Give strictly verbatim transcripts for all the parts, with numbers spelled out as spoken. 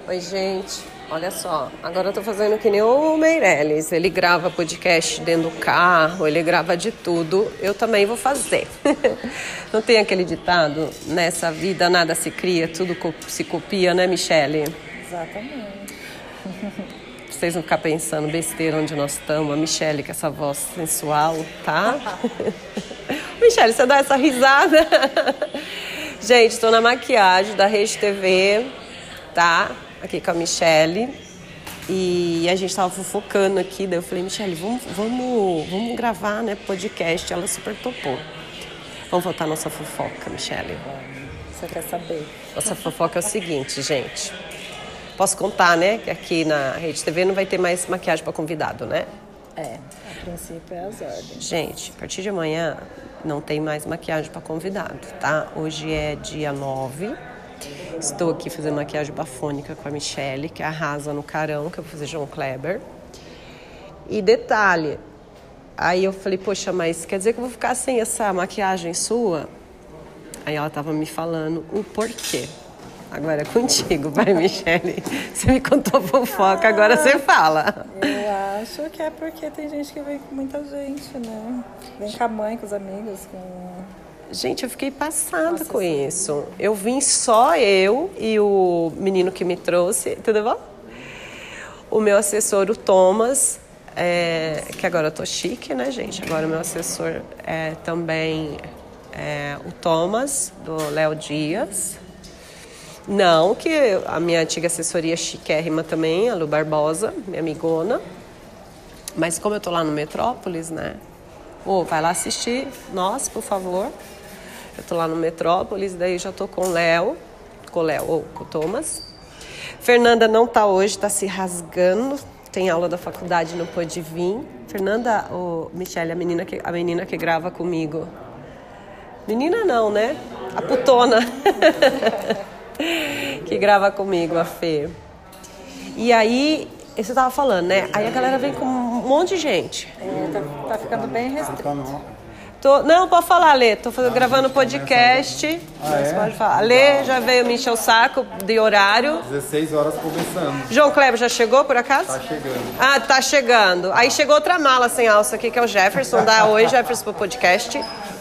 Oi, gente. Olha só, agora eu tô fazendo que nem o Meirelles. Ele grava podcast dentro do carro, ele grava de tudo. Eu também vou fazer. Não tem aquele ditado? Nessa vida nada se cria, tudo se copia, né, Michele? Exatamente. Vocês não ficar pensando besteira onde nós estamos. A Michele, com essa voz sensual, tá? Michele, você dá essa risada? Gente, estou na maquiagem da Rede T V, tá? Aqui com a Michele. E a gente tava fofocando aqui. Daí eu falei, Michele, vamos, vamos, vamos gravar, né, podcast. Ela super topou. Vamos voltar à nossa fofoca, Michele. Você quer saber? Nossa fofoca é o seguinte, gente. Posso contar, né? Que aqui na Rede T V não vai ter mais maquiagem para convidado, né? É, a princípio é as ordens. Gente, a partir de amanhã não tem mais maquiagem para convidado, tá? Hoje é dia nove. Estou aqui fazendo maquiagem bafônica com a Michele, que arrasa no carão, que eu vou fazer João Kleber. E detalhe, aí eu falei, poxa, mas quer dizer que eu vou ficar sem essa maquiagem sua? Aí ela tava me falando o porquê. Agora é contigo, vai, Michele. Você me contou fofoca, agora você fala. Eu acho que é porque tem gente que vem com muita gente, né? Vem com a mãe, com os amigos, com... Gente, eu fiquei passada Nossa, com sim. isso. Eu vim só eu e o menino que me trouxe, tudo bom? O meu assessor, o Thomas, é, que agora eu tô chique, né, gente? Agora o meu assessor é também é, o Thomas, do Léo Dias. Não, que a minha antiga assessoria é chiquérrima também, a Lu Barbosa, minha amigona. Mas como eu tô lá no Metrópolis, né? Ô, vai lá assistir nós, por favor. Eu tô lá no Metrópolis, daí já tô com o Léo, com o Léo, ou com o Thomas. Fernanda não tá hoje, tá se rasgando. Tem aula da faculdade, não pôde vir. Fernanda, ô, Michele, a menina, que, a menina que grava comigo. Menina não, né? A putona. Que grava comigo, a Fê. E aí, você tava falando, né? Aí a galera vem com um monte de gente. É, tá, tá ficando bem restrito. Tô, não, pode falar, Lê. Tô fazendo, gravando podcast. Ah, é? Pode falar. Lê já veio me encher o saco de horário. dezesseis horas começando. João Kleber já chegou, por acaso? Tá chegando. Ah, tá chegando. Aí chegou outra mala sem alça aqui, que é o Jefferson. Dá oi, Jefferson, pro podcast.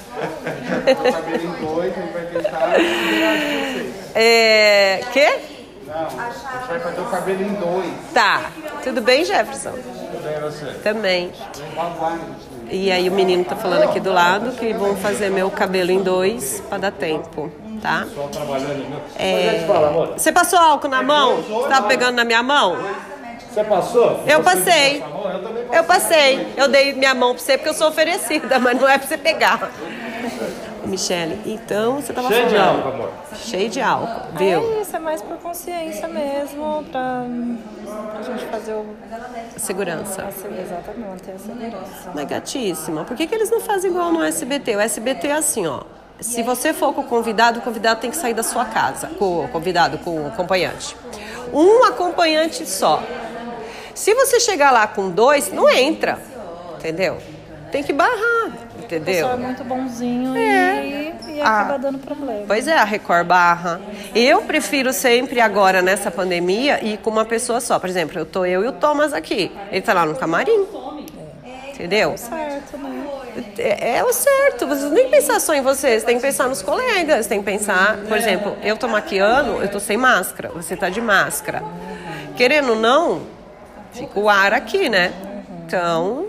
Tô cabelo em dois, a gente vai tentar liberar de vocês. É... Quê? Não, a gente vai fazer o cabelo em dois. Tá. Tudo bem, Jefferson? Tudo bem, você? Também. Babado. E aí o menino tá falando aqui do lado que vão fazer meu cabelo em dois pra dar tempo, tá? Só trabalhando, né? É... Você passou álcool na mão? Você tava pegando na minha mão? Você passou? Eu Você passei. passou a mão? Eu também passei. Eu passei. Eu dei minha mão pra você porque eu sou oferecida, mas não é pra você pegar. Michele, então você tava Cheio falando. de álcool, amor. Cheio de álcool, viu? É isso, é mais por consciência mesmo, pra, pra gente fazer o... Segurança. a- Exatamente, manter a segurança. Mas gatíssima, por que, que eles não fazem igual no S B T? O S B T é assim, ó. Se você for com o convidado, o convidado tem que sair da sua casa. Com o convidado, com o acompanhante. Um acompanhante só. Se você chegar lá com dois, não entra. Entendeu? Tem que barrar, O entendeu? pessoal é muito bonzinho É. e, e Ah. acaba dando problema. Pois é, a Record barra. Eu prefiro sempre agora, nessa pandemia, ir com uma pessoa só. Por exemplo, eu tô eu e o Thomas aqui. Ele tá lá no camarim. Entendeu? Certo, né? É, é o certo. Vocês nem pensar só em vocês, tem que pensar nos colegas, tem que pensar, por exemplo, eu tô maquiando, eu tô sem máscara, você tá de máscara. Querendo ou não, fica o ar aqui, né? Então.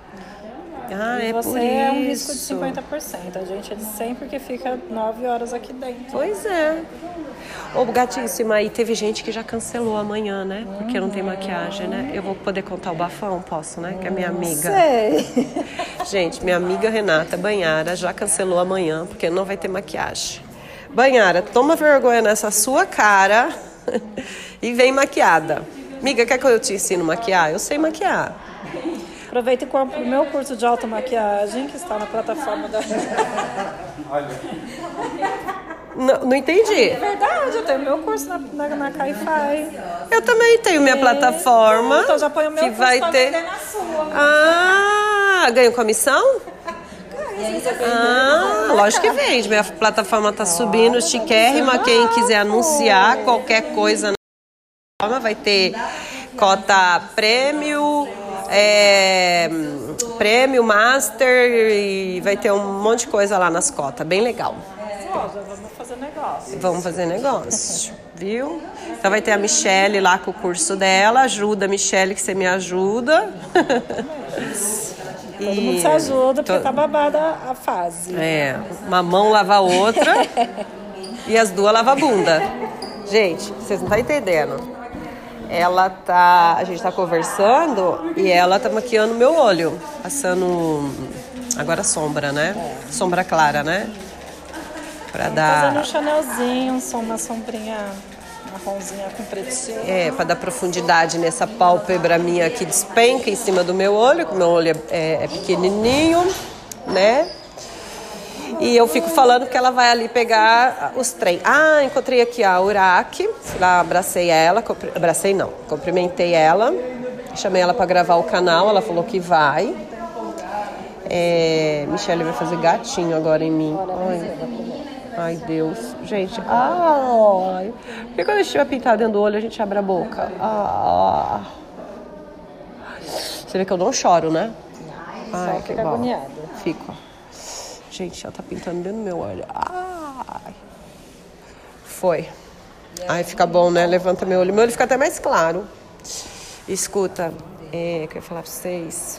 Ah, é Você por é um isso. risco de cinquenta por cento. A gente é de cem porque fica nove horas aqui dentro. Pois é. Ô, gatíssima, aí teve gente que já cancelou amanhã, né? Porque não tem maquiagem, né? Eu vou poder contar o bafão? Posso, né? Que é minha amiga. Sei. Gente, minha amiga Renata Banhara já cancelou amanhã porque não vai ter maquiagem. Banhara, toma vergonha nessa sua cara e vem maquiada. Amiga, quer que eu te ensino a maquiar? Eu sei maquiar. Aproveita e compra o meu curso de automaquiagem, que está na plataforma da... Olha. Não, não entendi. É verdade, eu tenho meu curso na, na, na Caifai. Eu também tenho minha plataforma. Então já põe o meu que curso vai pra ter. vender na sua. Ah, ganho comissão? Ah, lógico que vende. Minha plataforma tá subindo, chiquérrima. Quem quiser anunciar qualquer coisa Vai ter cota prêmio, é, prêmio, master e vai ter um monte de coisa lá nas cotas. Bem legal. Soja, vamos fazer negócio. Vamos fazer negócio, viu? Então vai ter a Michelle lá com o curso dela. Ajuda, Michelle, que você me ajuda. Todo mundo se ajuda, porque tá babada a fase. É, uma mão lava a outra e as duas lavam a bunda. Gente, vocês não estão entendendo. Ela tá... A gente tá conversando e ela tá maquiando meu olho. Passando... Agora sombra, né? É. Sombra clara, né? Pra dar... Fazendo um chanelzinho, uma sombrinha marronzinha com pretinho. É, pra dar profundidade nessa pálpebra minha que despenca em cima do meu olho, que o meu olho é, é pequenininho, né? E eu fico falando que ela vai ali pegar os trem. Ah, encontrei aqui a Uraque. Fui lá, abracei ela. Compri... Abracei não, cumprimentei ela. Chamei ela pra gravar o canal. Ela falou que vai. É... Michelle vai fazer gatinho agora em mim. Ai, ai Deus. Gente, ai. Por que quando a gente estiver pintado dentro do olho, a gente abre a boca? Ah. Você vê que eu não choro, né? Ai, que bom. Fico. Gente, ela tá pintando dentro do meu olho. Ai. Foi. Ai, fica bom, né? Levanta meu olho. Meu olho fica até mais claro. Escuta, é, que eu ia falar pra vocês.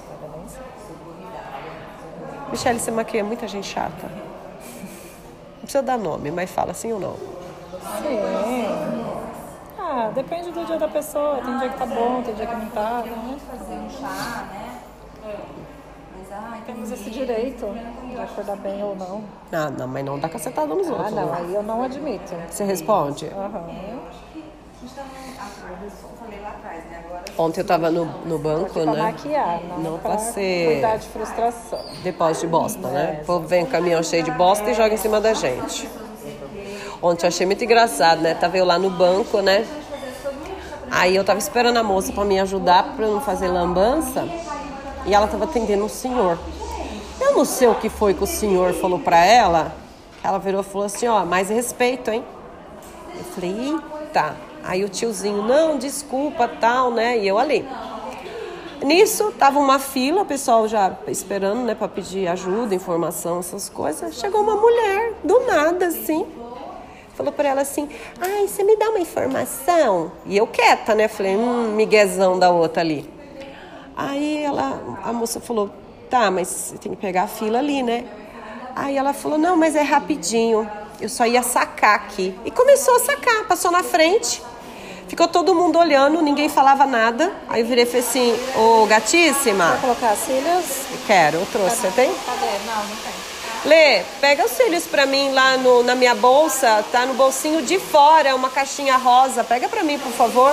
Michelle, você maquia muita gente chata. Não precisa dar nome, mas fala sim ou não. Sim. Ah, depende do dia da pessoa. Tem dia que tá bom, tem dia que não tá. Né? Fazer um chá, né? Temos esse direito de acordar bem ou não. Ah, não, mas não dá cacetada nos outros. Ah, não, né? aí eu não admito. Você responde? Aham. Ontem eu tava no, no banco, pra né? maquiar, não, não pra pra ser cuidar de frustração. depósito de bosta, né? O povo vem um caminhão cheio de bosta e joga em cima da gente. Ontem eu achei muito engraçado, né? Tava eu lá no banco, né? Aí eu tava esperando a moça pra me ajudar pra eu não fazer lambança. E ela tava atendendo um senhor. Eu não sei o que foi que o senhor falou pra ela. Ela virou e falou assim, ó, mais respeito, hein? Eu falei, eita. Aí o tiozinho, não, desculpa, tal, né? E eu ali. Nisso, tava uma fila, o pessoal já esperando, né? Pra pedir ajuda, informação, essas coisas. Chegou uma mulher, do nada, assim. Falou pra ela assim, ai, você me dá uma informação? E eu quieta, né? Falei, hum, miguezão da outra ali. Aí ela, a moça falou, tá, mas você tem que pegar a fila ali, né? Aí ela falou, não, mas é rapidinho, eu só ia sacar aqui. E começou a sacar, passou na frente, ficou todo mundo olhando, ninguém falava nada. Aí eu virei e falei assim, ô gatíssima. Quer colocar as cílios? Quero, eu trouxe, você tem? Cadê? Não, não tem. Lê, pega os cílios pra mim lá no, na minha bolsa, tá no bolsinho de fora, uma caixinha rosa. Pega pra mim, por favor.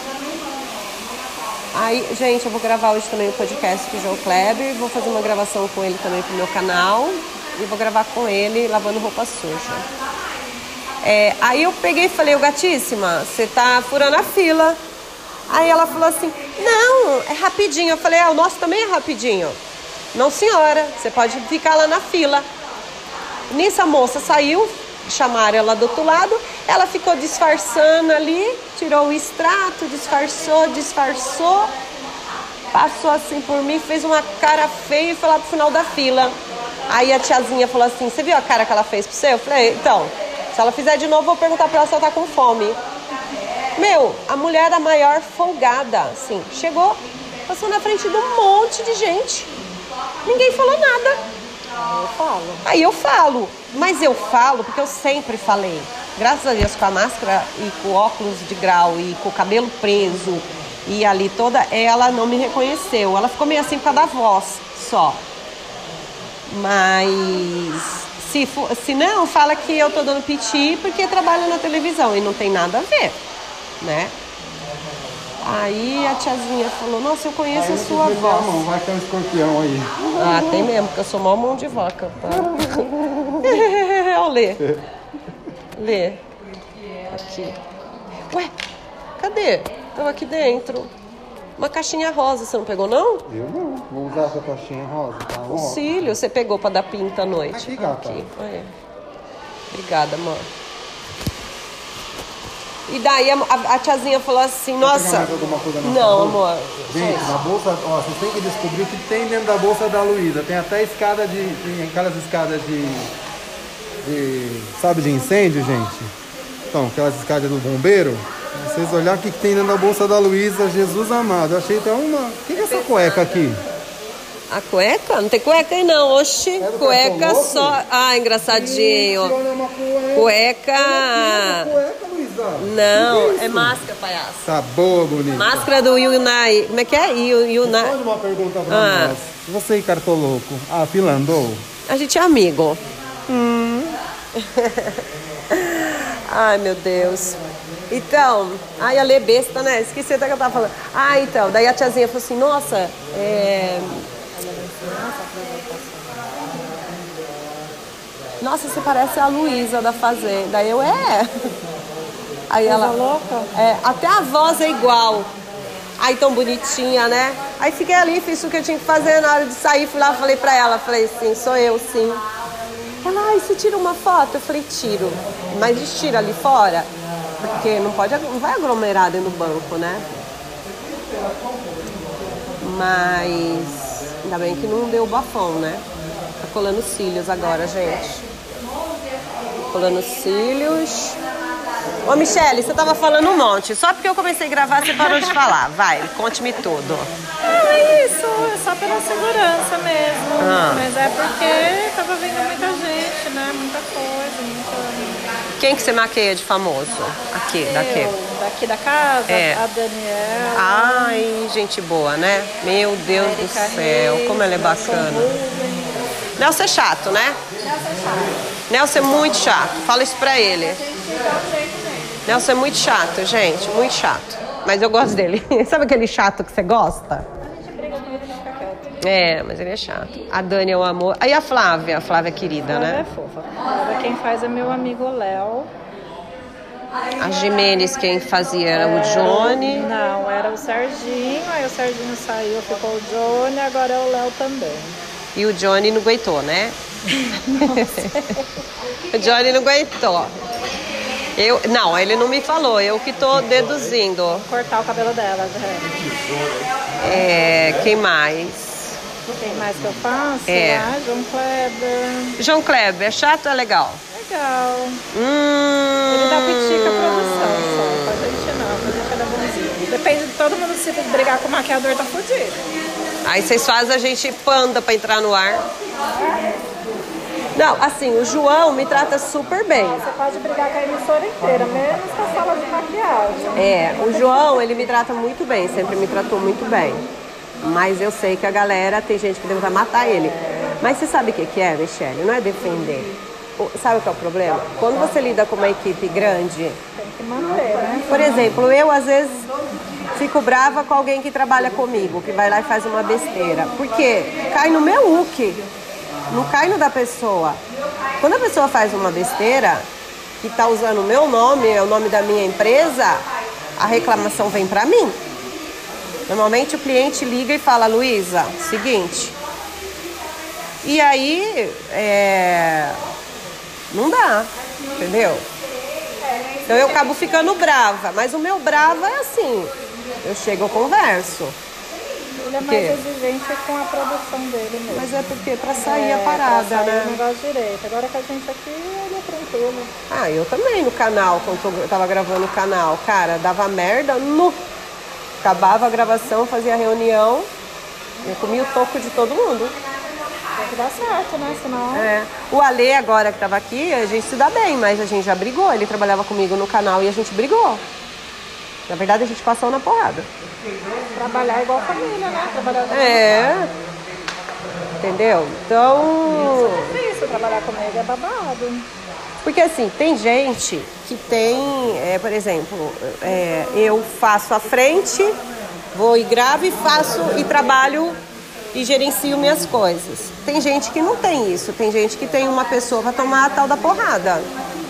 Aí, gente, eu vou gravar hoje também o podcast com o João Kleber. Vou fazer uma gravação com ele também pro meu canal. E vou gravar com ele lavando roupa suja. É, aí eu peguei e falei, ô gatíssima, você tá furando a fila. Aí ela falou assim, não, é rapidinho. Eu falei, ah, o nosso também é rapidinho. Não, senhora, você pode ficar lá na fila. Nisso a moça saiu, chamaram ela do outro lado. Ela ficou disfarçando ali, tirou o extrato, disfarçou, disfarçou. Passou assim por mim, fez uma cara feia e foi lá pro final da fila. Aí a tiazinha falou assim, você viu a cara que ela fez pra você? Eu falei, então, se ela fizer de novo, eu vou perguntar pra ela se ela tá com fome. Meu, a mulher era a maior folgada, assim, chegou, passou na frente de um monte de gente. Ninguém falou nada. Eu falo. Aí eu falo, mas eu falo porque eu sempre falei. Graças a Deus, com a máscara e com óculos de grau e com o cabelo preso e ali toda, ela não me reconheceu. Ela ficou meio assim por causa da voz só. Mas se, for, se não, fala que eu tô dando piti porque trabalho na televisão e não tem nada a ver, né? Aí a tiazinha falou, nossa, eu conheço a sua voz. Mão, vai ter um escorpião aí. Ah, tem mesmo, porque eu sou mó mão de vaca, tá? Olha, Lê. Lê. Aqui. Ué, cadê? Tava aqui dentro. Uma caixinha rosa, você não pegou, não? Eu não. Vou usar essa caixinha rosa, tá? O cílio, você pegou pra dar pinta à noite. Aqui, gata. Aqui. Olha. Obrigada, amor. E daí a, a, a tiazinha falou assim, Quer pegar nossa... mais alguma coisa na Não, sua bolsa? amor. Gente, na bolsa, ó, vocês têm que descobrir o que tem dentro da bolsa da Luísa. Tem até escada de... Tem aquelas escadas de... de sabe, de incêndio, gente? Então, aquelas escadas do bombeiro. Vocês olharem o que tem dentro da bolsa da Luísa, Jesus amado. Eu achei até uma... O que é essa cueca aqui? A cueca? Não tem cueca aí não, oxi. É do Cueca Cartão só... Louco? Ah, engraçadinho. Gente, olha uma cueca. Cueca... Olha aqui, uma cueca, Luísa. Não, Que é isso? máscara, palhaço. Tá boa, bonita. Máscara do Yunai. Como é que é? Yu- Yunai. Olha uma pergunta pra Ah. nós. Você e Cartoloco, a fila andou? A gente é amigo. Hum. Ai, meu Deus. Então, ai, a Lê besta, né? Esqueci até que eu tava falando. Ah, então, daí a tiazinha falou assim, nossa, é... Nossa, você parece a Luísa da Fazenda. Aí eu, é. Aí ela... louca? É, até a voz é igual. Ai, tão bonitinha, né? Aí fiquei ali, fiz o que eu tinha que fazer. Na hora de sair, fui lá, falei pra ela, falei assim, sou eu, sim. Ela, ai, você tira uma foto? Eu falei, tiro. Mas tira ali fora, porque não pode, não vai aglomerar dentro do banco, né? Mas ainda bem que não deu bafão, né? Tá colando cílios agora, gente. Colando cílios. Ô, Michele, você tava falando um monte. Só porque eu comecei a gravar, você parou de falar. Vai, conte-me tudo. Não, é isso, é só pela segurança mesmo. Ah. Mas é porque tava vendo muita gente, né? Muita coisa, muita. Quem que você maqueia de famoso? Aqui, daqui. Eu, daqui da casa, É. a Daniela. Ai, gente boa, né? Meu Deus do Erika céu, Reis, como ela é Nelson bacana. Rubens. Nelson é chato, né? Nelson é muito chato. Fala isso pra ele. Nelson é muito chato, gente. Muito chato. Mas eu gosto dele. Sabe aquele chato que você gosta? A gente briga com ele e fica quieto. É, mas ele é chato. A Dani é o amor. Aí a Flávia, a Flávia é querida, Ela é né? fofa. Ela, quem faz é meu amigo Léo. A Jimenez, quem fazia era o Johnny. Não, era o Serginho. Aí o Serginho saiu, ficou o Johnny. Agora é o Léo também. E o Johnny não aguentou, né? O Johnny não aguentou. Eu, não, ele não me falou, eu que tô deduzindo. Cortar o cabelo dela, né? É, quem mais? Tem mais que eu faço? É. Ah, João Kleber. João Kleber, é chato ou é legal? Legal. Hum... Ele dá pitica a produção só. Com a gente não, com a gente ela é bonzinho. Depende de todo mundo, se brigar com o maquiador, tá fudido. Aí vocês fazem a gente panda pra entrar no ar. Não, assim, o João me trata super bem. Você pode brigar com a emissora inteira, menos com a sala de maquiagem. É, o João, ele me trata muito bem, sempre me tratou muito bem. Mas eu sei que a galera, tem gente que deve matar ele. Mas você sabe o que que é, Michele? Não é defender. O- Sabe o que é o problema? Quando você lida com uma equipe grande, Tem que manter, né? por exemplo, eu às vezes fico brava com alguém que trabalha comigo, que vai lá e faz uma besteira. Por quê? Cai no meu look, não cai no da pessoa. Quando a pessoa faz uma besteira, que tá usando o meu nome, é o nome da minha empresa, a reclamação vem pra mim. Normalmente o cliente liga e fala, Luísa, seguinte. E aí, é... não dá, entendeu? Então eu acabo ficando brava, mas o meu brava é assim, eu chego, eu converso. Ele é Por mais quê? exigente com a produção dele mesmo. Mas é porque pra sair É, a parada, pra sair o né? negócio direito. Agora com a gente aqui, ele é tranquilo. Ah, eu também no canal, quando eu tava gravando o canal, cara, dava merda, no... acabava a gravação, fazia a reunião, eu comia o toco de todo mundo. Tem que dar certo, né? Senão... É. O Ale agora que tava aqui, a gente se dá bem, mas a gente já brigou. Ele trabalhava comigo no canal e a gente brigou. Na verdade, a gente passou na porrada. Trabalhar igual família, né? Trabalhar igual É. Entendeu? Então... É difícil trabalhar comigo, é babado. Porque assim, tem gente que tem, é, por exemplo, é, eu faço a frente, vou e gravo e faço e trabalho e gerencio minhas coisas. Tem gente que não tem isso, tem gente que tem uma pessoa para tomar a tal da porrada.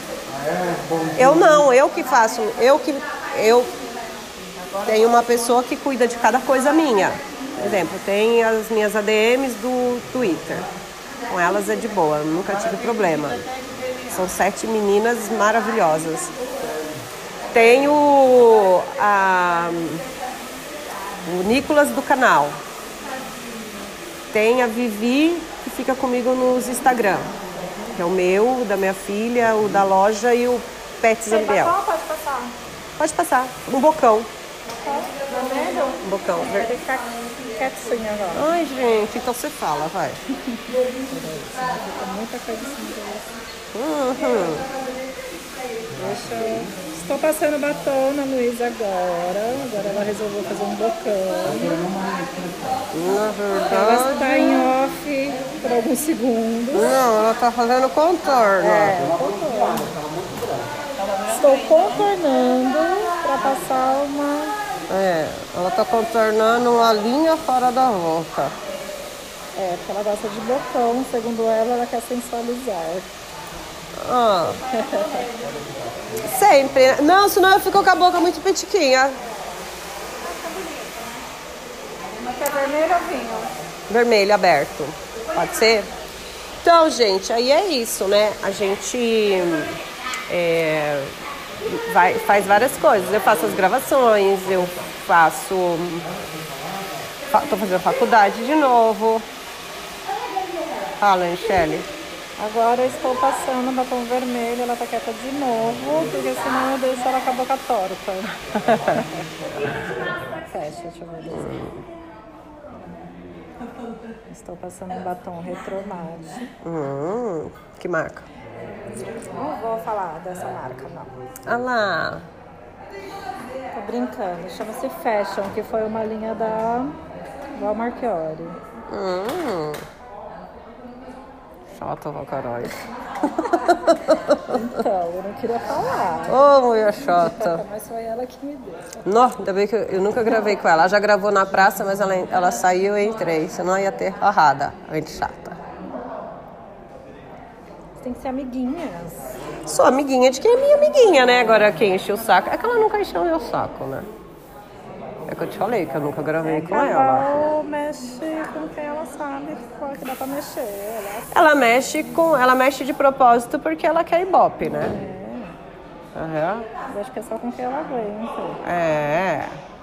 Eu não, eu que faço, eu que eu tenho uma pessoa que cuida de cada coisa minha. Por exemplo, tem as minhas A D Ms do Twitter. Com elas é de boa, nunca tive problema. São sete meninas maravilhosas. Tem o, a, o Nicolas do canal. Tem a Vivi, que fica comigo nos Instagram. Que é o meu, o da minha filha, o da loja e o Pets Gabriel. Pode passar ou pode passar? Pode passar. Um bocão. Vermelho? Um bocão. Vai ter que ficar quietinho agora. Ai, gente, então você fala, vai. Fica muita coisa em cima disso. Uhum. Deixa eu... Estou passando batom na Luísa agora. Agora ela resolveu fazer um bocão. Na Ela verdade... está em off por alguns segundos. Não, ela tá fazendo contorno. É, contorno. Estou contornando para passar uma... É, ela tá contornando uma linha fora da boca. É, porque ela gosta de bocão. Segundo ela, ela quer sensualizar. Ah. Sempre. Não, senão eu fico com a boca muito petiquinha. Uma que é vermelho ou vinho? Vermelho aberto. Pode ser? Então, gente, aí é isso, né? A gente é, vai, faz várias coisas. Eu faço as gravações, eu faço... Fa, tô fazendo faculdade de novo. Fala, Michele. Agora eu estou passando batom vermelho, ela tá quieta de novo, porque senão eu deixo ela com a boca torta. Fecha, deixa eu ver. Estou passando um batom Retromage. Hum, que marca? Não vou falar dessa marca, não. Ah lá. Tô brincando. Chama-se Fashion, que foi uma linha da Val Marchiori. Hum. Chata pra caralho. Então, eu não queria falar. Ô, oh, mulher chata. Mas foi ela que me deu. Não, ainda bem que eu, eu nunca gravei com ela. Ela já gravou na praça, mas ela, ela saiu e eu entrei. Senão ia ter errada. Gente chata. Você tem que ser amiguinhas. Sou amiguinha de quem é minha amiguinha, né? Agora quem enche o saco. É que ela nunca encheu o meu saco, né? É que eu te falei que eu nunca gravei com ela. Ela mexe com quem ela sabe que dá pra mexer. Ela, ela mexe com. Ela mexe de propósito porque ela quer ibope, né? É. Uhum. Eu acho que é só com quem ela aguenta. É.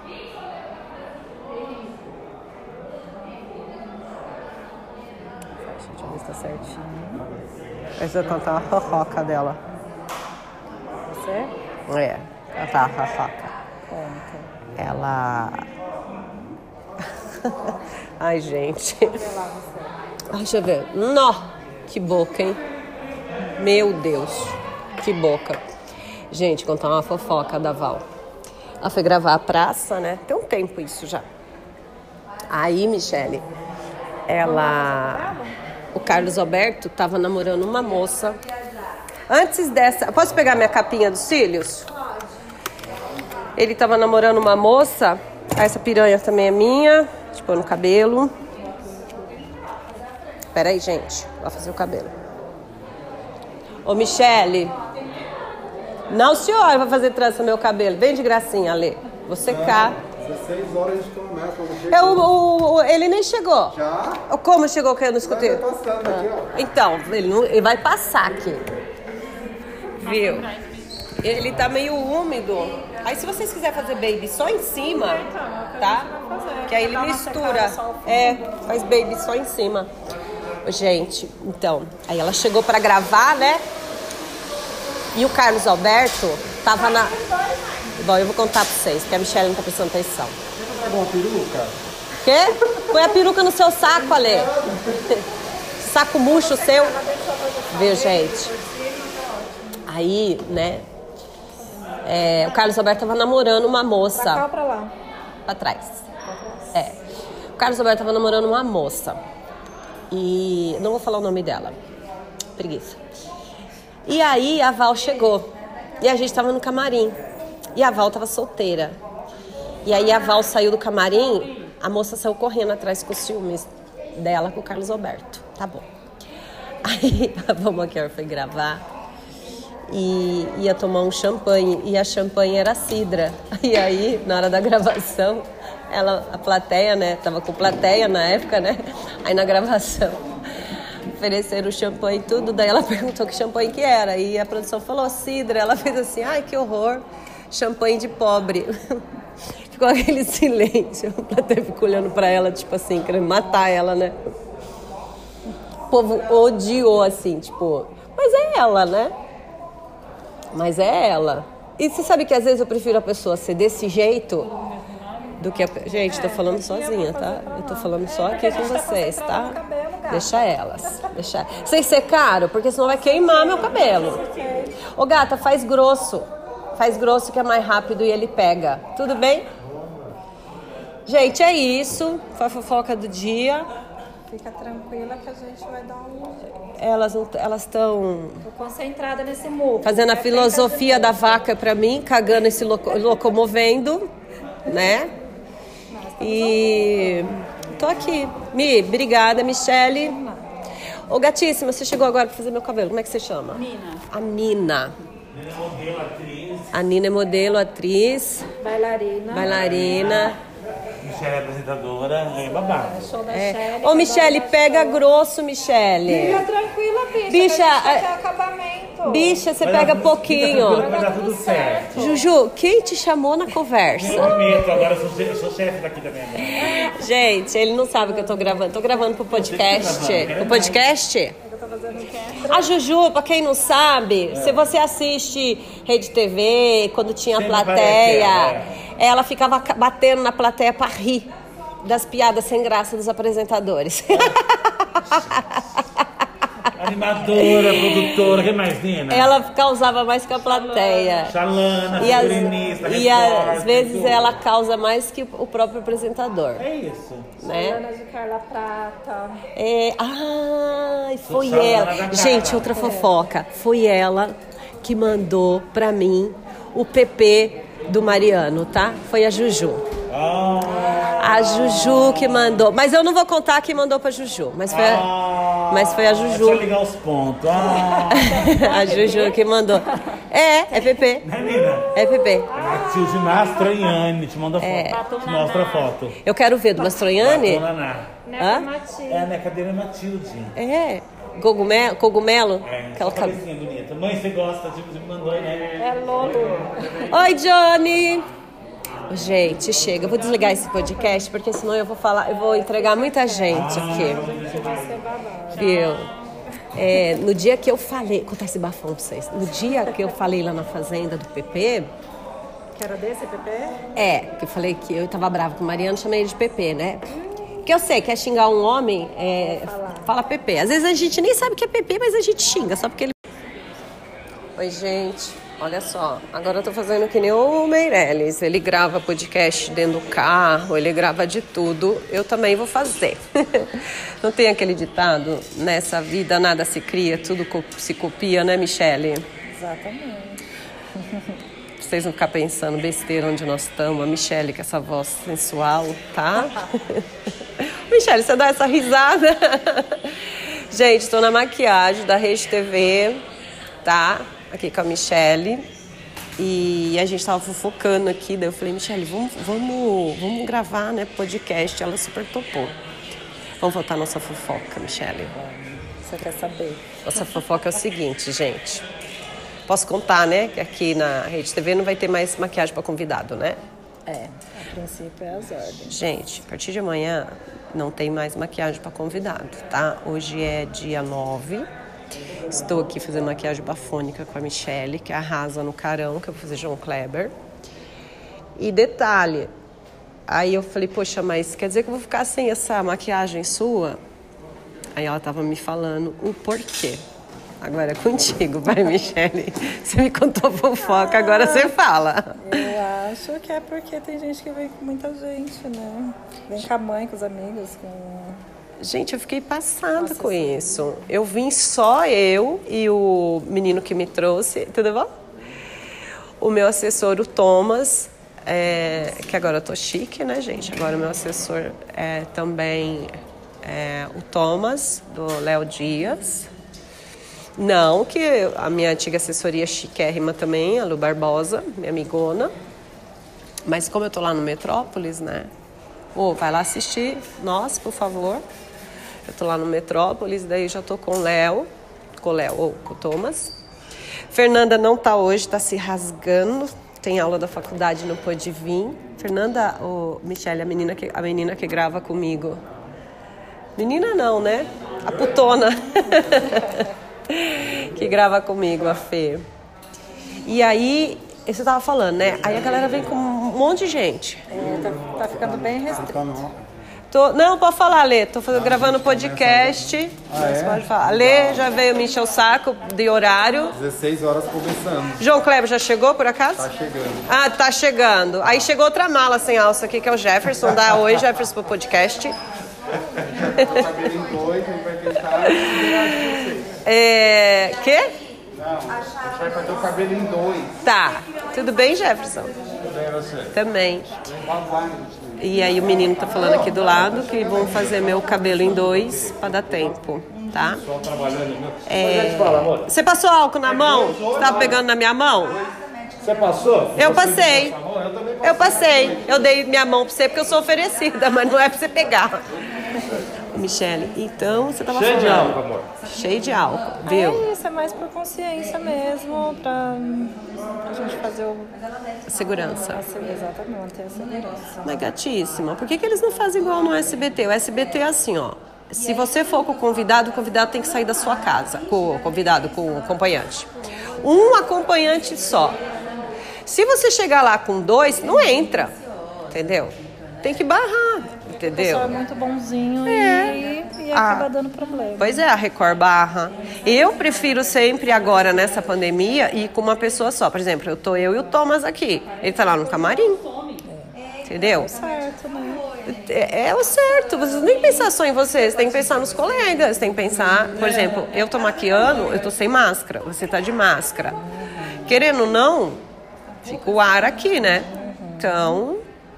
Deixa eu ver se tá certinho. Deixa eu contar uma fofoca dela. Você? É, contar uma fofoca. Conta. Ela... Ai, gente. Ai, deixa eu ver. Nó, que boca, hein? Meu Deus, que boca. Gente, contar uma fofoca da Val. Ela foi gravar a praça, né? Tem um tempo isso já. Aí, Michele, ela... O Carlos Alberto tava namorando uma moça. Antes dessa... Posso pegar minha capinha dos cílios? Ele tava namorando uma moça. Essa piranha também é minha. Tipo, no cabelo. Pera aí, gente. Vou fazer o cabelo. Ô, Michele. Não, senhora, vai fazer trança no meu cabelo. Vem de gracinha, Alê. Vou secar. dezesseis horas a gente começa. É, o, o, o, ele nem chegou. Já? Como chegou que eu não escutei? Tá passando aqui, ó. Então, ele, não, ele vai passar aqui. Viu? Ele tá meio úmido. Aí se vocês quiserem fazer baby só em cima, tá? Que aí ele mistura. É, faz baby só em cima. Gente, então, aí ela chegou pra gravar, né? E o Carlos Alberto tava na... Bom, eu vou contar pra vocês, porque a Michelle não tá prestando atenção. Você pegou uma peruca? Quê? Põe a peruca no seu saco, Ale. Saco murcho seu. Viu, gente? Aí, né? É, o Carlos Alberto tava namorando uma moça. Pra cá ou pra lá? Pra trás. É. O Carlos Alberto tava namorando uma moça. E não vou falar o nome dela. Preguiça. E aí a Val chegou. E a gente tava no camarim. E a Val tava solteira. E aí a Val saiu do camarim. A moça saiu correndo atrás com os ciúmes dela com o Carlos Alberto. Tá bom. Aí a Val Marchiori foi gravar. E ia tomar um champanhe. E a champanhe era cidra. E aí, na hora da gravação, ela, a plateia, né? Tava com plateia na época, né? Aí na gravação, ofereceram o champanhe e tudo. Daí ela perguntou que champanhe que era. E a produção falou cidra. Ela fez assim, ai, que horror. champanhe de pobre. Ficou aquele silêncio. A plateia ficou olhando pra ela, tipo assim, querendo matar ela, né? O povo odiou, assim, tipo... Mas é ela, né? Mas é ela. E você sabe que às vezes eu prefiro a pessoa ser desse jeito do que a... Gente, tô falando sozinha, tá? Eu tô falando só aqui com vocês, tá? Deixa elas. Deixa... Sem ser caro, porque senão vai queimar meu cabelo. Ô, gata, faz grosso. Faz grosso que é mais rápido e ele pega. Tudo bem? Gente, é isso. Foi a fofoca do dia. Fica tranquila que a gente vai dar um... Elas elas estão... Tô concentrada nesse murro. Fazendo a filosofia da vaca pra mim, cagando e se loco, locomovendo, né? E tô aqui. Mi, obrigada, Michele. Ô, gatíssima, você chegou agora pra fazer meu cabelo. Como é que você chama? Nina. A Nina. Nina é modelo, atriz. A Nina é modelo, atriz. Bailarina. Bailarina. Michele é apresentadora, é babado. Show da É. Shelly. Ô, Michele, pega grosso, Michele. Fica tranquila, bicha. Bicha, que a gente a- quer acabamento. Bicha, você Vai dar pega tudo- pouquinho. fica tranquila que Vai dar tudo certo. Juju, quem te chamou na conversa? Eu prometo, agora eu sou, che- sou chefe daqui também agora. Gente, ele não sabe que eu tô gravando. Tô gravando pro podcast. O podcast? Eu tô fazendo o quê? A Juju, pra quem não sabe, se você assiste Rede T V, quando tinha a Sempre plateia, aparece ela ficava ca- batendo na plateia pra rir das piadas sem graça dos apresentadores. Animadora, produtora, o que mais, Nina? Ela causava mais que a plateia. Xalana, E, as, figurinista, e às repórter, vezes tudo. ela causa mais que o próprio apresentador, É isso. né? Ana de Carla Prata. É, ai, foi Sou ela. Xalana da Gente, Cara. outra fofoca. Foi ela que mandou pra mim o P P do Mariano, tá? Foi a Juju. Ah, A Juju que mandou. Mas eu não vou contar quem mandou pra Juju. Mas foi a, ah, mas foi a É Juju. só ligar os pontos. Ah, A Juju que mandou. É, é P P. né, Nina? É P P. A tio de Mastroianni te manda foto. Te mostra a foto. Eu quero ver do Mastroianni. Naná. Hã? É, né? Cadê a Matilde? É. Cogumelo? Cogumelo? É, Aquela só cabeça. cabecinha bonita. Mãe, você gosta? Tipo, você me mandou aí, né? É Lolo. Oi, Johnny! Gente, chega. Eu vou desligar esse podcast porque senão eu vou falar, eu vou entregar muita gente aqui. Viu? É, no dia que eu falei, vou contar esse bafão pra vocês. No dia que eu falei lá na fazenda do P P, Que era desse, P P? é, que eu falei que eu tava brava com o Mariano, chamei ele de P P, né? Que eu sei, quer xingar um homem, é, fala P P. Às vezes a gente nem sabe o que é P P, mas a gente xinga, só porque ele... Oi, gente. Olha só, agora eu tô fazendo que nem o Meirelles. Ele grava podcast dentro do carro, ele grava de tudo. Eu também vou fazer. Não tem aquele ditado, nessa vida nada se cria, tudo co- se copia, né, Michele? Exatamente. Vocês não ficar pensando besteira onde nós estamos. A Michele com essa voz sensual, tá? Michele, você dá essa risada? Gente, tô na maquiagem da Rede T V, tá? Aqui com a Michele. E a gente tava fofocando aqui. Daí eu falei, Michele, vamos, vamos, vamos gravar, né, podcast. Ela super topou. Vamos voltar à nossa fofoca, Michele. Você quer saber? Nossa fofoca é o seguinte, gente. Posso contar, né? Que aqui na Rede T V não vai ter mais maquiagem para convidado, né? É, a princípio é as ordens. Gente, a partir de amanhã não tem mais maquiagem para convidado, tá? Hoje é dia nove. Estou aqui fazendo maquiagem bafônica com a Michele, que arrasa no carão, que eu vou fazer João Kleber. E detalhe, aí eu falei, poxa, mas quer dizer que eu vou ficar sem essa maquiagem sua? Aí ela tava me falando o porquê. Agora é contigo, vai, Michele. Você me contou fofoca, agora você fala. Eu acho que é porque tem gente que vem com muita gente, né? Vem com a mãe, com os amigos, com... Gente, eu fiquei passada com isso. Eu vim só eu e o menino que me trouxe, tudo bom? O meu assessor, o Thomas, é, que agora eu tô chique, né, gente? Agora o meu assessor é também é, o Thomas, do Léo Dias. Não, que a minha antiga assessoria é chiquérrima também, a Lu Barbosa, minha amigona. Mas como eu tô lá no Metrópolis, né? Ô, vai lá assistir nós, por favor. Eu tô lá no Metrópolis, daí já tô com o Léo, com o Léo, ou com o Thomas. Fernanda não tá hoje, tá se rasgando, tem aula da faculdade, não pôde vir. Fernanda, o Michele, a menina que, a menina que grava comigo. Menina não, né? A putona. Que grava comigo, a Fê. E aí, você tava falando, né? Aí a galera vem com um monte de gente. É, tá, tá ficando bem restrito. Tô, não, pode falar, Lê. Tô fazendo, gravando podcast. Ah, é? Pode falar. Lê já veio me encher o saco de horário. dezesseis horas começando. João Kleber já chegou, por acaso? Tá chegando. Ah, tá chegando. Aí chegou outra mala sem alça aqui, que é o Jefferson. Dá oi, Jefferson, pro podcast. O cabelo em dois, ele vai tentar liberar de vocês. É... Quê? Não, a gente vai fazer o cabelo em dois. Tá. Tudo bem, Jefferson? Tudo bem, você? Também. E aí o menino tá falando aqui do lado que vão fazer meu cabelo em dois pra dar tempo, tá? É... Você passou álcool na mão? Você tava pegando na minha mão? Você passou? Eu passei. Eu passei. Eu dei minha mão pra você porque eu sou oferecida, mas não é pra você pegar. Michele, então você tava Cheio falando. de álcool, amor. Cheio de álcool, viu? É isso, é mais por consciência mesmo, pra, pra gente fazer o... Segurança. Exatamente, a segurança. Mas gatíssima, por que, que eles não fazem igual no S B T? O S B T é assim, ó. Se você for com o convidado, o convidado tem que sair da sua casa. Com o convidado, com o acompanhante. Um acompanhante só. Se você chegar lá com dois, não entra. Entendeu? Tem que barrar, entendeu? O pessoal é muito bonzinho É. e, e Ah. acaba dando problema. Pois é, a Record barra. Eu prefiro sempre agora, nessa pandemia, ir com uma pessoa só. Por exemplo, eu tô eu e o Thomas aqui. Ele tá lá no camarim. Entendeu? Certo, né? É, é o certo. Vocês nem pensar só em vocês, tem que pensar nos colegas. Tem que pensar, por exemplo, eu tô maquiando, eu tô sem máscara, você tá de máscara. Querendo ou não, fica o ar aqui, né? Então...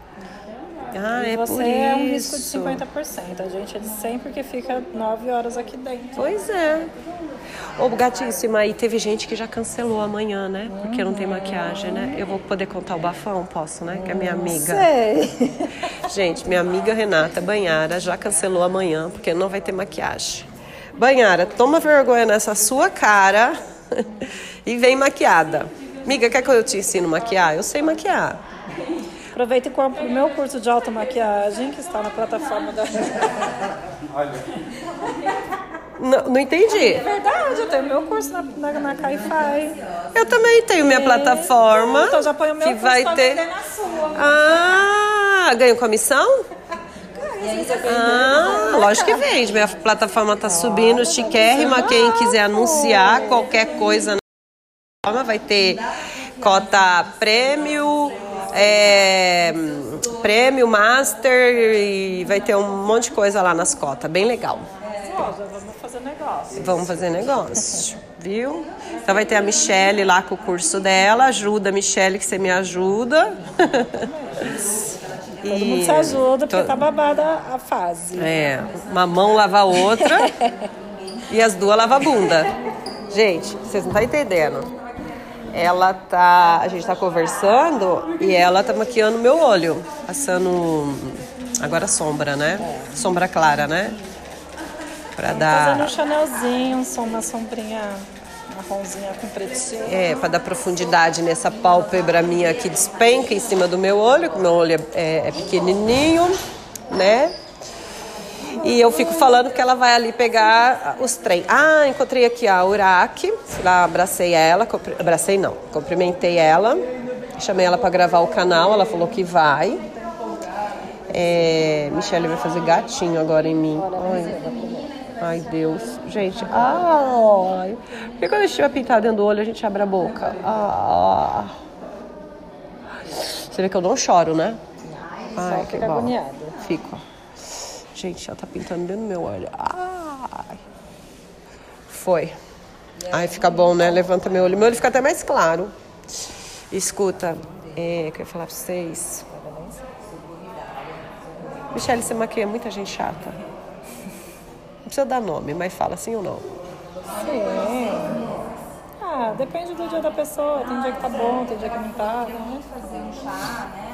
Ah, é Você por é um isso. risco de cinquenta por cento. A gente é sempre que fica nove horas aqui dentro. Pois é. Ô, gatíssima, aí teve gente que já cancelou amanhã, né? Porque não tem maquiagem, né? Eu vou poder contar o bafão? Posso, né? Que é minha amiga. Sei. Gente, minha amiga Renata Banhara já cancelou amanhã, porque não vai ter maquiagem. Banhara, toma vergonha nessa sua cara e vem maquiada. Amiga, quer que eu te ensino a maquiar? Eu sei maquiar. Aproveita e compra o meu curso de automaquiagem, que está na plataforma da... Não, não entendi. É verdade, eu tenho meu curso na, na, na Caifai. Eu também tenho minha plataforma. Então já põe o meu que curso vai pra ter... vender na sua. Ah, ganho comissão? Ah, lógico que vende. Minha plataforma tá subindo, chiquérrima. Quem quiser anunciar qualquer coisa na plataforma vai ter cota prêmio, é, prêmio, master e vai ter um monte de coisa lá nas cotas. Bem legal. Ó, já vamos fazer negócio. Vamos fazer negócio, viu? Então vai ter a Michele lá com o curso dela. Ajuda a Michele que você me ajuda. Todo mundo se ajuda, porque tá babada a fase. É, uma mão lava a outra e as duas lavam a bunda. Gente, vocês não estão entendendo. Ela tá... A gente tá conversando e ela tá maquiando meu olho. Passando... Agora sombra, né? Sombra clara, né? Pra dar... Fazendo um chanelzinho, uma sombrinha marronzinha com pretinho. É, pra dar profundidade nessa pálpebra minha que despenca em cima do meu olho, que o meu olho é, é pequenininho, né? E eu fico falando que ela vai ali pegar os trem. Ah, encontrei aqui a Uraki, fui lá, abracei ela, compri... abracei não, cumprimentei ela, chamei ela pra gravar o canal, ela falou que vai. É... Michele vai fazer gatinho agora em mim. Ai, ai Deus. Gente, ai. Por que quando a gente tiver pintado dentro do olho, a gente abre a boca? Ah. Você vê que eu não choro, né? Ai, só fica agoniada. Fico. Gente, ela tá pintando dentro do meu olho. Ai. Foi. Ai, fica bom, né? Levanta meu olho. Meu olho fica até mais claro. Escuta, é, que eu ia falar pra vocês. Michele, você maquia muita gente chata. Não precisa dar nome, mas fala sim ou não. Sim. Ah, depende do dia da pessoa. Tem dia que tá bom, tem dia que não tá. Né? Fazer um chá, né?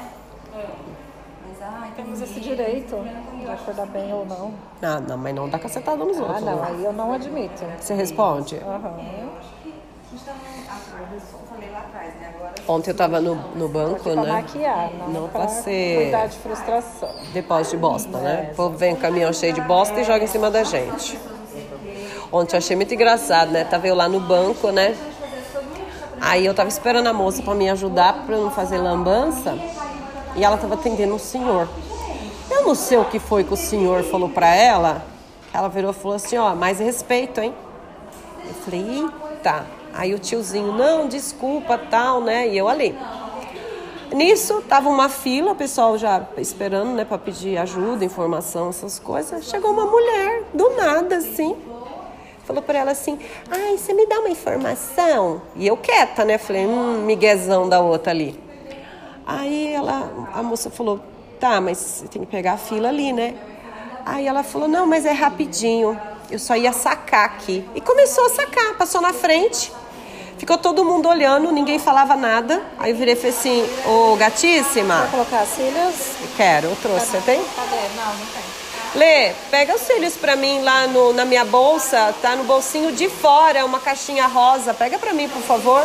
Temos esse direito de acordar bem ou não. Ah, não, mas não dá cacetada nos Ah, outros. não, né? aí eu não admito. Você responde? Aham. Ontem eu tava no, no banco, Pra né? maquiar, não, Não pra pra ser cuidar de frustração. depósito de bosta, né? O povo vem um caminhão cheio de bosta e joga em cima da gente. Ontem eu achei muito engraçado, né? Tava eu lá no banco, né? Aí eu tava esperando a moça pra me ajudar pra eu não fazer lambança. E ela tava atendendo um senhor. Eu não sei o que foi que o senhor falou pra ela. Ela virou e falou assim, ó, mais respeito, hein? Eu falei, eita. Aí o tiozinho, não, desculpa, tal, né? E eu ali. Nisso, tava uma fila, o pessoal já esperando, né? Pra pedir ajuda, informação, essas coisas. Chegou uma mulher, do nada, assim. Falou pra ela assim, ai, você me dá uma informação? E eu quieta, né? Falei, hum, miguezão da outra ali. Aí ela, a moça falou, tá, mas você tem que pegar a fila ali, né? Aí ela falou, não, mas é rapidinho. Eu só ia sacar aqui. E começou a sacar, passou na frente. Ficou todo mundo olhando, ninguém falava nada. Aí eu virei e falei assim, ô gatíssima. Quer colocar as cílios? Quero, eu trouxe, você tem? Cadê? Não, não tem. Lê, pega os cílios pra mim lá no, na minha bolsa, tá no bolsinho de fora, uma caixinha rosa. Pega pra mim, por favor.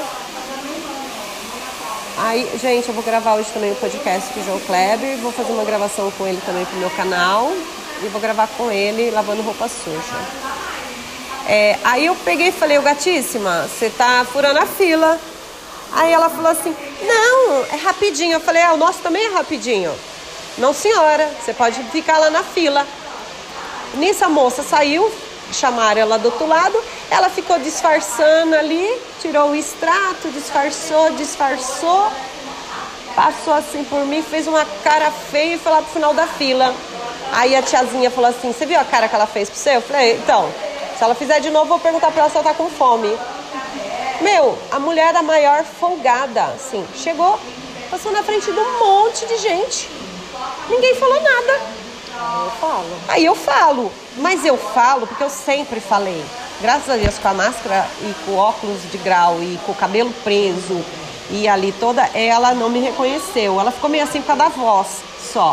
Aí, gente, eu vou gravar hoje também o podcast com o João Kleber. Vou fazer uma gravação com ele também pro meu canal. E vou gravar com ele lavando roupa suja. É, aí eu peguei e falei, ô gatíssima, você tá furando a fila. Aí ela falou assim, não, é rapidinho. Eu falei, é, o nosso também é rapidinho. Não, senhora, você pode ficar lá na fila. Nisso a moça saiu, chamaram ela do outro lado, ela ficou disfarçando ali, tirou o extrato, disfarçou, disfarçou, passou assim por mim, fez uma cara feia e foi lá pro final da fila. Aí a tiazinha falou assim, você viu a cara que ela fez pro você? Eu falei, então, se ela fizer de novo, eu vou perguntar pra ela se ela tá com fome. Meu, a mulher era a maior folgada, assim, chegou, passou na frente de um monte de gente. Ninguém falou nada. Eu falo. Aí eu falo, mas eu falo porque eu sempre falei. Graças a Deus, com a máscara e com o óculos de grau e com o cabelo preso e ali toda, ela não me reconheceu. Ela ficou meio assim por causa da voz só.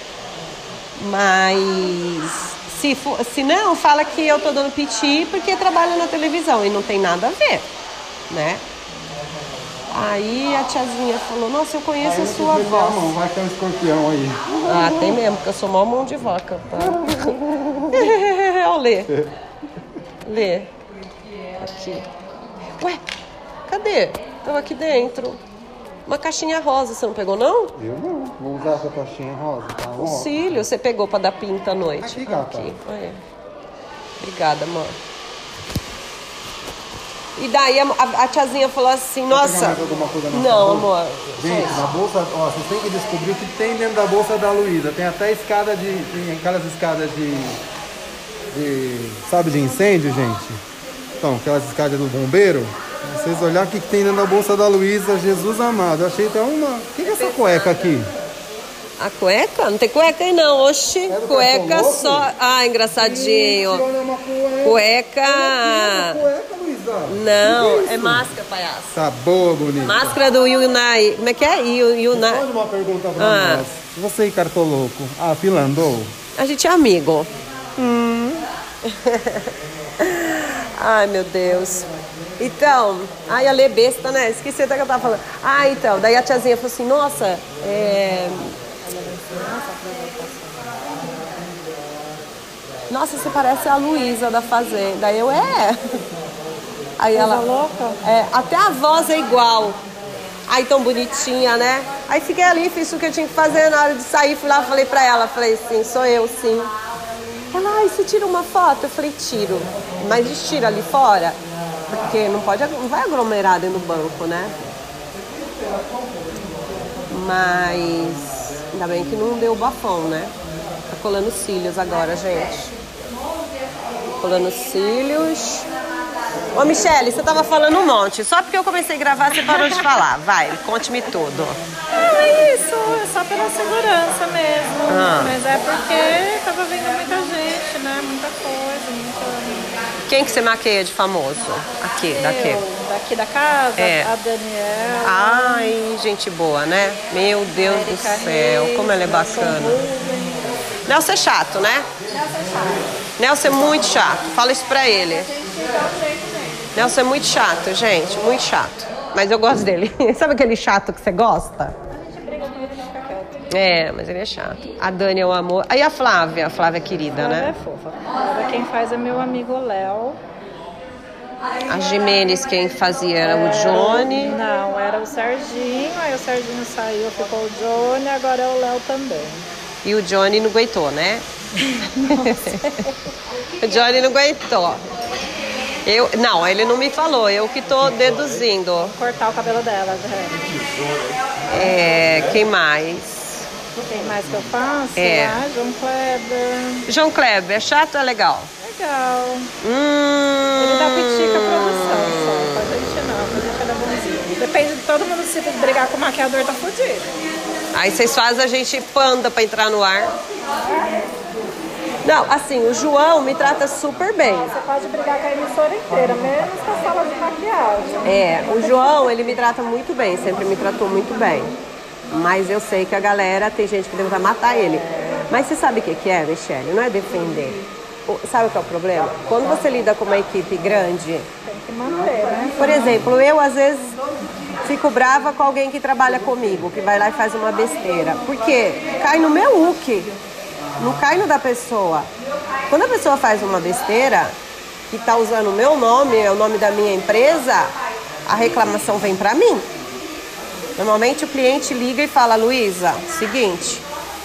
Mas se, for, se não, fala que eu tô dando piti porque trabalho na televisão e não tem nada a ver, né? Aí a tiazinha falou, nossa, eu conheço a sua voz. A mão, vai ter um escorpião aí. Ah, tem mesmo, porque eu sou mó mão de vaca, tá? Olha, Lê. Lê. Aqui. Ué, cadê? Tava aqui dentro. Uma caixinha rosa, você não pegou, não? Eu não, vou usar essa caixinha rosa, tá bom? O cílio, você pegou pra dar pinta à noite. Aqui, gata. Aqui, olha. Obrigada, amor. E daí a, a, a tiazinha falou assim, nossa... Pegar mais alguma coisa na não, sua amor. Gente, na bolsa, ó, vocês têm que descobrir o que tem dentro da bolsa da Luísa. Tem até escada de... Tem aquelas escadas de... de sabe, de incêndio, gente? Então, aquelas escadas do bombeiro. Vocês olharem o que tem dentro da bolsa da Luísa, Jesus amado. Eu achei até uma... O que é essa cueca aqui? A cueca? Não tem cueca aí não, oxi. É do Cueca Cartoloco? só... Ah, engraçadinho. Gente, olha uma cueca. Cueca... Olha cueca, Luísa. Não, Que que é isso? máscara, palhaço. Tá boa, bonita. Máscara do Yunai. Como é que é? Yu- Yunai. Olha uma pergunta pra Ah. nós. Você e Cartoloco, a fila andou? A gente é amigo. Hum. Ai, meu Deus. Então, ai, a Lê besta, né? Esqueci até que eu tava falando. Ah, então, daí a tiazinha falou assim, nossa, é... Nossa, você parece a Luísa da Fazenda. Aí eu, é... Aí ela... Coisa louca. É, até a voz é igual. Aí tão bonitinha, né? Aí fiquei ali, fiz o que eu tinha que fazer. Na hora de sair, fui lá, falei pra ela, falei assim, sou eu, sim. Ela, ai, você tira uma foto? Eu falei, tiro. Mas tira ali fora, porque não pode, não vai aglomerar dentro do banco, né? Mas ainda bem que não deu bafão, né? Tá colando cílios agora, gente. Colando cílios. Ô, Michele, você tava falando um monte. Só porque eu comecei a gravar, você parou de falar. Vai, conte-me tudo. Não, é isso, é só pela segurança mesmo. Ah. Mas é porque tava vindo muita gente, né? Muita coisa, muita... Quem que você maqueia de famoso? Aqui, daqui. Eu, daqui da casa, É. a Daniela. Ai, gente boa, né? Meu Deus do Érica céu, Reis, como ela é Nelson bacana. Rubens. Nelson é chato, né? Nelson é muito chato. Fala isso pra ele. Nelson é muito chato, gente. Muito chato. Mas eu gosto dele. Sabe aquele chato que você gosta? A gente briga com ele e fica quieto. É, mas ele é chato. A Dani é um amor. Aí a Flávia, a Flávia é querida, Ela né? é fofa. Agora quem faz é meu amigo Léo. A Jimenez, quem fazia era o Johnny. Não, era o Serginho. Aí o Serginho saiu, ficou o Johnny. Agora é o Léo também. E o Johnny não aguentou, né? O Johnny não aguentou. Eu, não, ele não me falou, eu que tô deduzindo. Vou cortar o cabelo dela, né? É, quem mais? Quem mais que eu faço? É. Ah, João Kleber. João Kleber, é chato ou é legal? Legal. Hum... Ele dá pitica a produção só. A gente não, a gente é bonzinho. Depende de todo mundo, se brigar com o maquiador, tá fudido. Aí vocês fazem a gente panda pra entrar no ar. Não, assim, o João me trata super bem. Você pode brigar com a emissora inteira, menos com a sala de maquiagem. É, o João, ele me trata muito bem, sempre me tratou muito bem. Mas eu sei que a galera, tem gente que deve matar ele. Mas você sabe o que que é, Michele? Não é defender. O- Sabe o que é o problema? Quando você lida com uma equipe grande, Tem que manter, né? por exemplo, eu às vezes fico brava com alguém que trabalha comigo, que vai lá e faz uma besteira. Por quê? Cai no meu look, não cai no da pessoa. Quando a pessoa faz uma besteira, que tá usando o meu nome, é o nome da minha empresa, a reclamação vem pra mim. Normalmente o cliente liga e fala, Luísa, seguinte.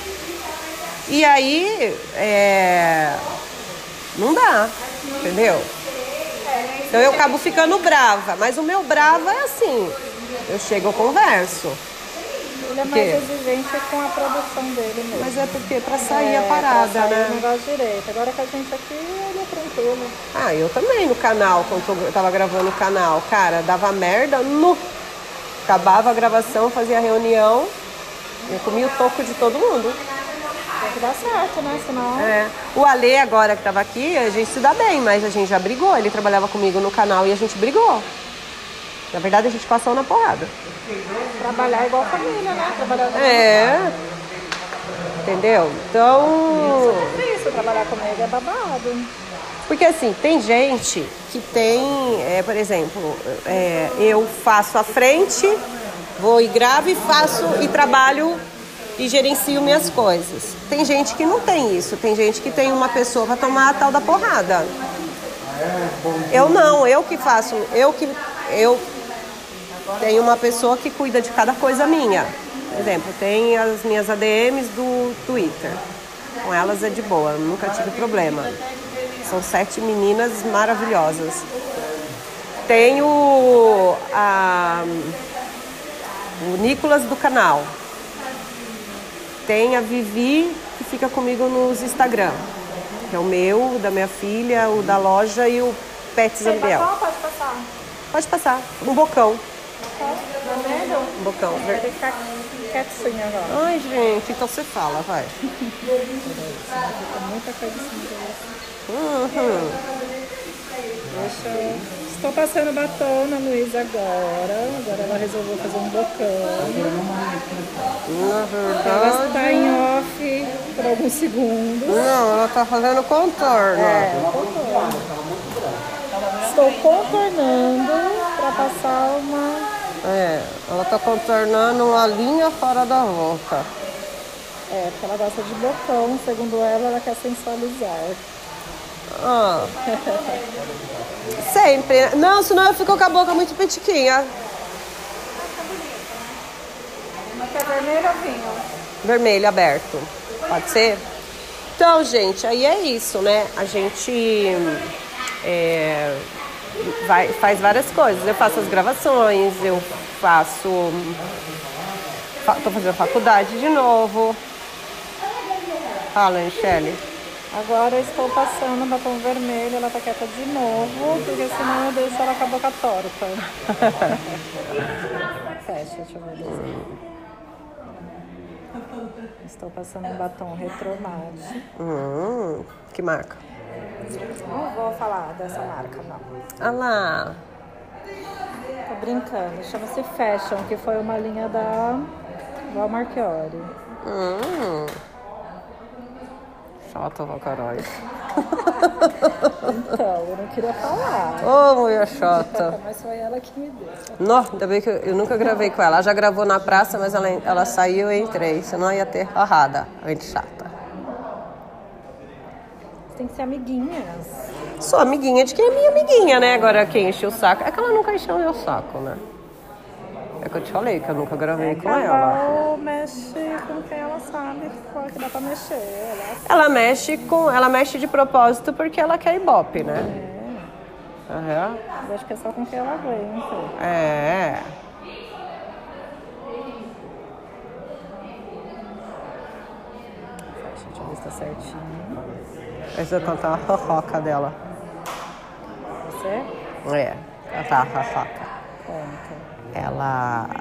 E aí, é... não dá, entendeu? Então eu acabo ficando brava, mas o meu brava é assim, eu chego, eu converso. Ele é mais quê? exigente com a produção dele mesmo. Mas é porque pra sair É, a parada, pra sair né? o negócio direito. Agora com a gente aqui, ele é tranquilo. Ah, eu também no canal, quando eu tava gravando o canal, cara, dava merda, no... acabava a gravação, fazia a reunião, eu comia o toco de todo mundo. Tem que dar certo, né? Senão... É. O Ale agora que tava aqui, a gente se dá bem, mas a gente já brigou. Ele trabalhava comigo no canal e a gente brigou. Na verdade, a gente passou na porrada. Trabalhar igual família, né? Trabalhar É. Entendeu? Então... É isso, trabalhar comigo é babado. Porque assim, tem gente que tem, é, por exemplo, é, eu faço a frente, vou e gravo e faço e trabalho e gerencio minhas coisas. Tem gente que não tem isso, tem gente que tem uma pessoa para tomar a tal da porrada. Eu não, eu que faço, eu que eu tenho uma pessoa que cuida de cada coisa minha. Por exemplo, tem as minhas A D Ms do Twitter. Com elas é de boa, nunca tive problema. São sete meninas maravilhosas. Tenho a, o Nicolas do canal. Tem a Vivi, que fica comigo nos Instagram. Que é o meu, o da minha filha, o da loja e o Pets Quer Ambiel. passar ou pode passar? Pode passar. Um bocão. Vermelho? Um bocão. Vai ter que ficar quietinho agora. Ai, gente, então você fala, vai. Fica muita coisa em cima disso. Uhum. Deixa eu... Estou passando batom na Luísa agora. Agora ela resolveu fazer um bocão. Na Ela verdade... está em off por alguns segundos. Não, ela tá fazendo contorno. É, contorno. Estou contornando para passar uma... É, ela tá contornando uma linha fora da boca. É, porque ela gosta de bocão. Segundo ela, ela quer sensualizar. Ah. Sempre. Não, senão eu fico com a boca muito petiquinha. Mas quer vermelho ou vinho? Vermelho aberto. Pode ser? Então, gente, aí é isso, né? A gente é, vai, faz várias coisas. Eu faço as gravações, eu faço... fa- Tô fazendo faculdade de novo. Fala, Michele. Agora eu estou passando batom vermelho, ela tá quieta de novo, porque senão eu deixo ela com a boca torta. Fecha, deixa eu ver. Estou passando um batom retromage. Hum, que marca? Não vou falar dessa marca, não. Ah lá. Tô brincando. Chama-se Fashion, que foi uma linha da Val Marchiori. Hum. Chata pra caralho. Então, eu não queria falar. Ô, mulher chata. Mas foi ela que me deu. Não, ainda bem que eu, eu nunca gravei com ela. Ela já gravou na praça, mas ela, ela saiu e eu entrei. Senão ia ter rarrada. Gente chata. Tem que ser amiguinhas. Sou amiguinha de quem é minha amiguinha, né? Agora quem enche o saco. É que ela nunca encheu o meu saco, né? É que eu te falei que eu nunca gravei com ela. Ela mexe com quem ela sabe que dá pra mexer. Ela... Ela mexe com. Ela mexe de propósito porque ela quer ibope, né? É. Uhum. Eu acho que é só com quem ela aguenta. É. Deixa eu ver se tá certinho. Deixa eu contar uma fofoca dela. Você? É, contar uma fofoca. Conta. Ela.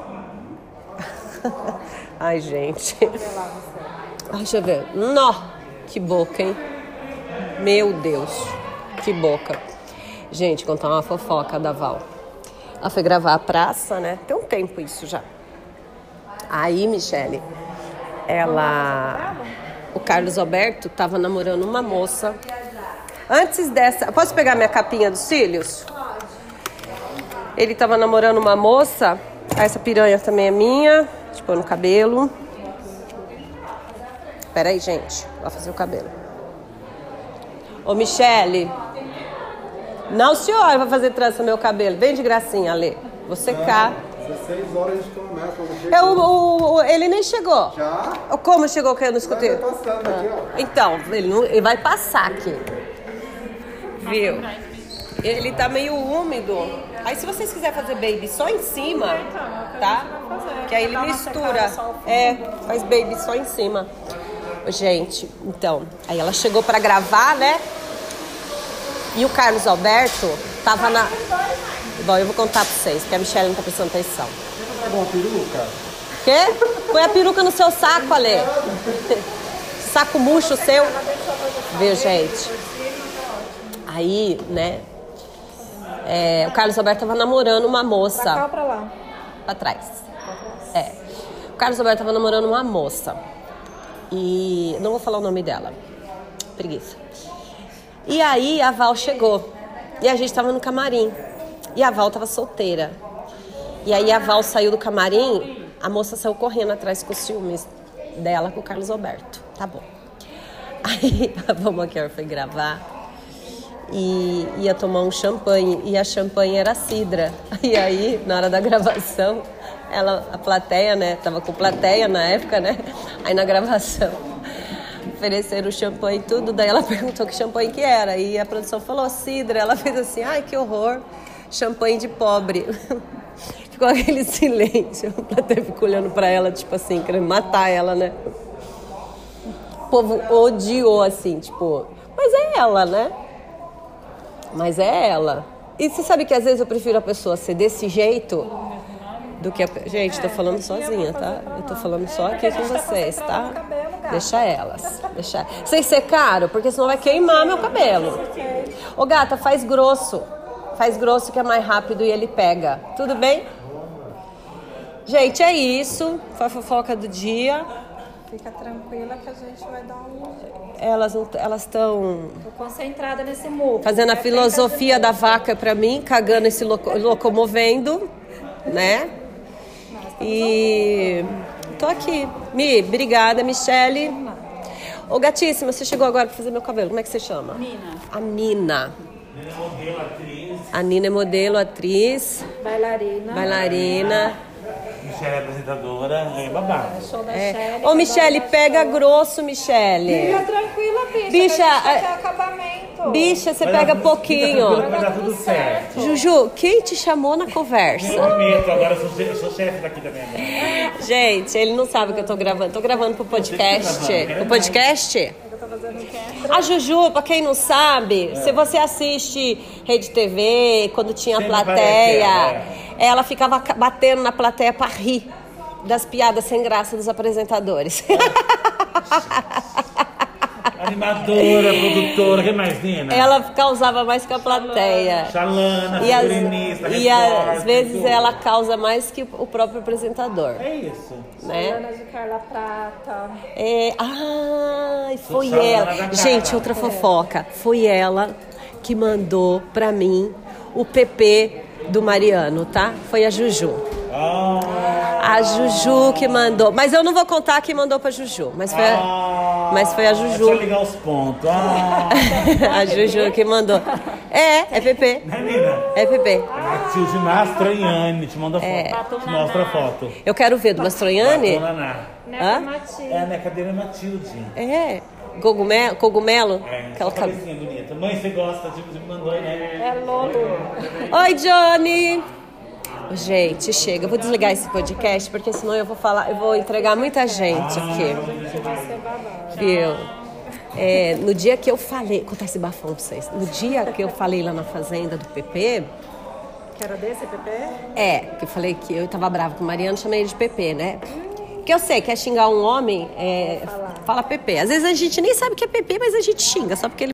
Ai, gente. Ai, deixa eu ver. Nó! Que boca, hein? Meu Deus. Que boca. Gente, contar uma fofoca da Val. Ela foi gravar a praça, né? Tem um tempo isso já. Aí, Michele, ela... O Carlos Alberto tava namorando uma moça. Antes dessa... Posso pegar minha capinha dos cílios? Ele tava namorando uma moça. Essa piranha também é minha. Tipo, no cabelo. Pera aí, gente. Vou fazer o cabelo. Ô, Michele. Não, senhora, vai fazer trança no meu cabelo. Vem de gracinha, Alê. Vou secar. dezesseis horas a gente começa. É, o, o, o, ele nem chegou. Já? Como chegou que eu não escutei? Vai passando aqui, ó. Então, ele, não, ele vai passar aqui. Viu? Ele tá meio úmido. Aí se vocês quiserem fazer baby só em cima, tá? Que aí ele mistura. É, faz baby só em cima. Gente, então, aí ela chegou pra gravar, né? E o Carlos Alberto tava na... Bom, eu vou contar pra vocês, porque a Michelle não tá prestando atenção. Você pegou uma peruca? Quê? Põe a peruca no seu saco, Ale. Saco murcho seu. Viu, gente? Aí, né? É, o Carlos Alberto tava namorando uma moça. Pra cá ou pra lá? Pra trás. É. O Carlos Alberto tava namorando uma moça. E não vou falar o nome dela. Preguiça. E aí a Val chegou. E a gente tava no camarim. E a Val tava solteira. E aí a Val saiu do camarim. A moça saiu correndo atrás com os ciúmes dela com o Carlos Alberto. Tá bom. Aí a Val Maquior foi gravar. E ia tomar um champanhe. E a champanhe era cidra. E aí, na hora da gravação, ela, a plateia, né? Tava com plateia na época, né? Aí na gravação, ofereceram o champanhe e tudo. Daí ela perguntou que champanhe que era. E a produção falou cidra. Ela fez assim, ai, que horror. Champanhe de pobre. Ficou aquele silêncio. A plateia ficou olhando pra ela, tipo assim, querendo matar ela, né? O povo odiou, assim, tipo... Mas é ela, né? Mas é ela. E você sabe que às vezes eu prefiro a pessoa ser desse jeito do que a... Gente, tô falando sozinha, tá? Eu tô falando só aqui com vocês, tá? Deixa elas. Deixa... Sem ser caro, porque senão vai queimar meu cabelo. Ô, gata, faz grosso. Faz grosso que é mais rápido e ele pega. Tudo bem? Gente, é isso. Foi a fofoca do dia. Fica tranquila que a gente vai dar um... Elas elas estão Tô concentrada nesse muco. fazendo a filosofia da vaca pra mim, cagando esse loco, locomovendo, né? E tô aqui. Mi, obrigada, Michele. Ô, gatíssima, você chegou agora pra fazer meu cabelo. Como é que você chama? Nina. A Nina. Nina é modelo, atriz. A Nina é modelo, atriz, Bailarina. bailarina. Michelle é apresentadora, é babado. Show da É. Shelly. Ô, Michele, pega grosso, Michele. Fica tranquila, bicha. Bicha, que a gente é- quer acabamento. Bicha, você Vai dar pega tudo- fica pouquinho. tranquila que Vai dar tudo certo. Juju, quem te chamou na conversa? Eu prometo, agora eu sou, che- eu sou chefe daqui também. Agora. Gente, ele não sabe que eu tô gravando. Tô gravando pro podcast. O podcast? Eu tô fazendo o quê? A Juju, pra quem não sabe, se você assiste Rede T V, quando tinha Sempre plateia, aparece ela ficava ca- batendo na plateia pra rir das piadas sem graça dos apresentadores. Animadora, produtora, o que mais, Nina? Ela causava mais que a plateia. Xalana, E, figurinista, as, e às repórter, vezes tudo. ela causa mais que o próprio apresentador, É isso. né? Ana de Carla Prata. É, ah, Ai, foi ela. Gente, outra fofoca. Foi ela que mandou pra mim o P P do Mariano, tá? Foi a Juju. A Juju que mandou. Mas eu não vou contar quem mandou pra Juju. Mas foi a, mas foi a Juju. Deixa eu ligar os pontos. Ah. A Juju que mandou. É, é P P. Né, Nina? É P P. É tio de Mastroianni, te manda foto. É. Te mostra a foto. Eu quero ver do Mastroianni. Naná. Hã? É, a minha cadeira é Matilde. É. Cogumelo? Cogumelo? É, Aquela cabeça. cabecinha bonita. Mãe, você gosta de, de mandou, né? É Lolo. Oi, Johnny! Gente, chega. Eu vou desligar esse podcast, porque senão eu vou falar, eu vou entregar muita gente aqui. Viu? É, no dia que eu falei, vou contar esse bafão pra vocês. No dia que eu falei lá na fazenda do P P. Que era desse P P? É, que eu falei que eu tava brava com o Mariano, chamei ele de P P, né? Que eu sei, quer xingar um homem, é, fala P P. Às vezes a gente nem sabe o que é P P, mas a gente xinga, só porque ele